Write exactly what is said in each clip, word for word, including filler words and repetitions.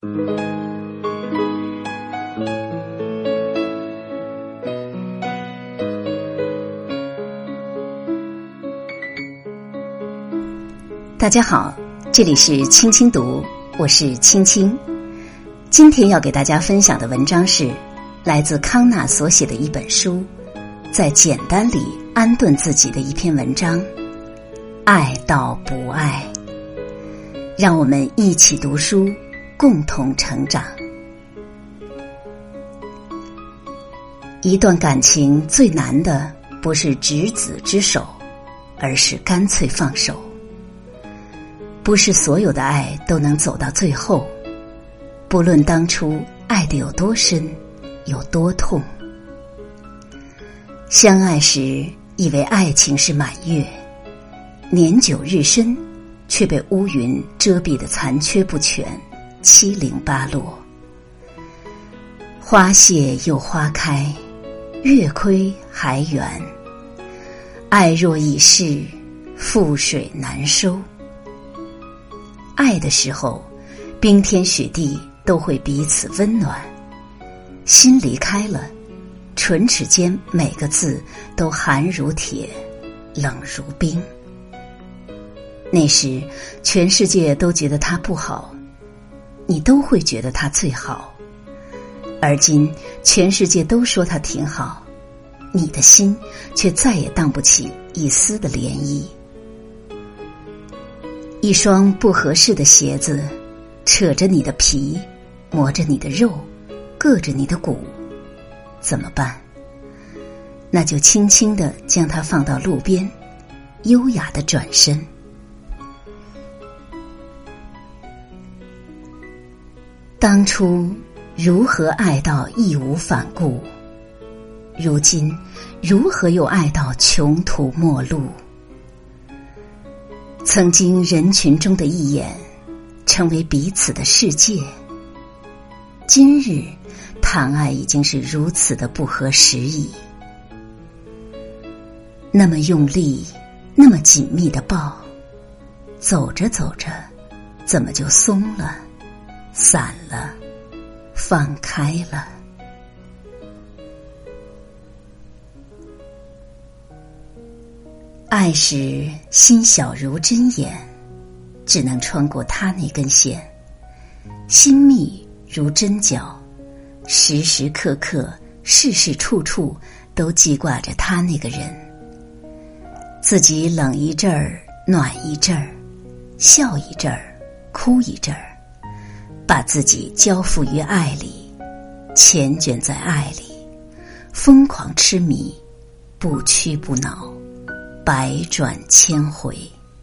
大家好，这里是青青读，我是青青。今天要给大家分享的文章是来自康纳所写的一本书，在简单里安顿自己的一篇文章，爱到不爱。让我们一起读书，共同成长。一段感情最难的不是执子之手，而是干脆放手。不是所有的爱都能走到最后，不论当初爱得有多深，有多痛。相爱时以为爱情是满月，年久日深，却被乌云遮蔽得残缺不全，七零八落。花谢又花开，月亏还圆。爱若已逝，覆水难收。爱的时候，冰天雪地都会彼此温暖；心离开了，唇齿间每个字都寒如铁，冷如冰。那时，全世界都觉得他不好，你都会觉得他最好。而今，全世界都说他挺好，你的心却再也荡不起一丝的涟漪。一双不合适的鞋子，扯着你的皮，磨着你的肉，硌着你的骨，怎么办？那就轻轻地将它放到路边，优雅地转身。当初如何爱到义无反顾，如今如何又爱到穷途末路？曾经人群中的一眼，成为彼此的世界。今日谈爱已经是如此的不合时宜。那么用力，那么紧密的抱，走着走着，怎么就松了，散了，放开了？爱时心小如针眼，只能穿过他那根线；心密如针脚，时时刻刻事事处处都记挂着他那个人。自己冷一阵儿，暖一阵儿，笑一阵儿，哭一阵儿，把自己交付于爱里，缱绻在爱里，疯狂痴迷，不屈不挠，百转千回。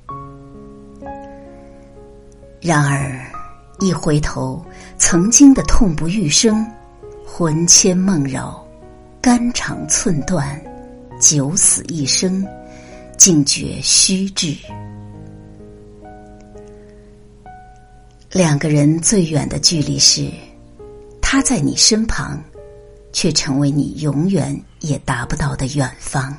然而一回头，曾经的痛不欲生，魂牵梦绕，肝肠寸断，九死一生，竟觉虚掷。两个人最远的距离是，他在你身旁，却成为你永远也达不到的远方。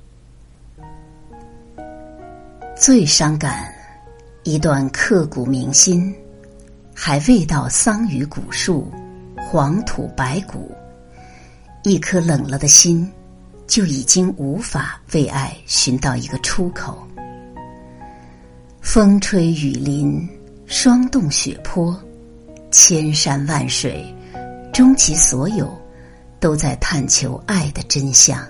最伤感，一段刻骨铭心，还未到桑榆古树，黄土白骨，一颗冷了的心，就已经无法为爱寻到一个出口。风吹雨淋，霜冻雪坡，千山万水，终其所有，都在探求爱的真相。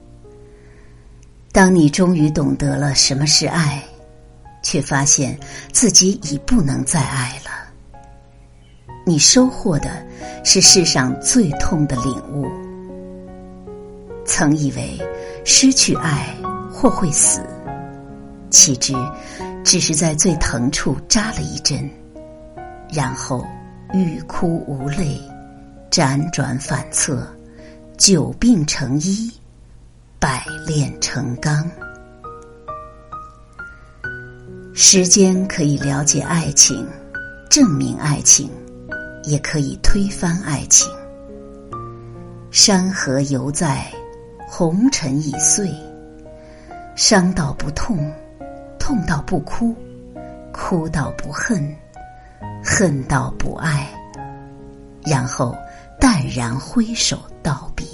当你终于懂得了什么是爱，却发现自己已不能再爱了。你收获的是世上最痛的领悟。曾以为失去爱或会死，岂知只是在最疼处扎了一针，然后欲哭无泪，辗转反侧，久病成医，百炼成钢。时间可以了解爱情，证明爱情，也可以推翻爱情。山河犹在，红尘已碎，伤到不痛，痛到不哭，哭到不恨，恨到不爱， 然后淡然挥手道别。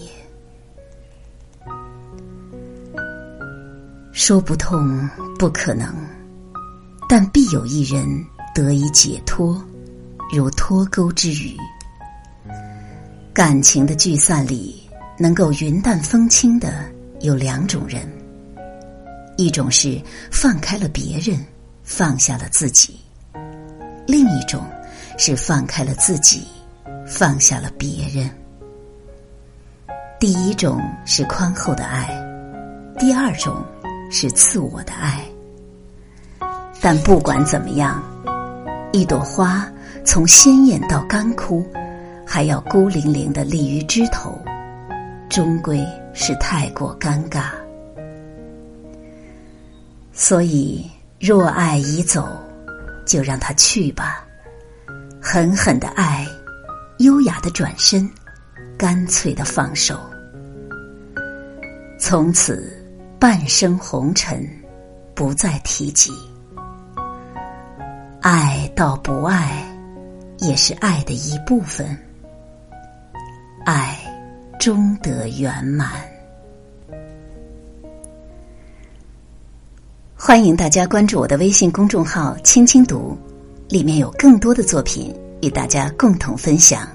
说不痛不可能，但必有一人得以解脱，如脱钩之鱼。感情的聚散里，能够云淡风轻的有两种人，一种是放开了别人，放下了自己；另一种是放开了自己，放下了别人。第一种是宽厚的爱，第二种是自我的爱。但不管怎么样，一朵花从鲜艳到干枯，还要孤零零地立于枝头，终归是太过尴尬。所以若爱已走，就让它去吧，狠狠的爱，优雅的转身，干脆的放手。从此半生红尘，不再提及。爱到不爱，也是爱的一部分。爱终得圆满。欢迎大家关注我的微信公众号“青青读”，里面有更多的作品与大家共同分享。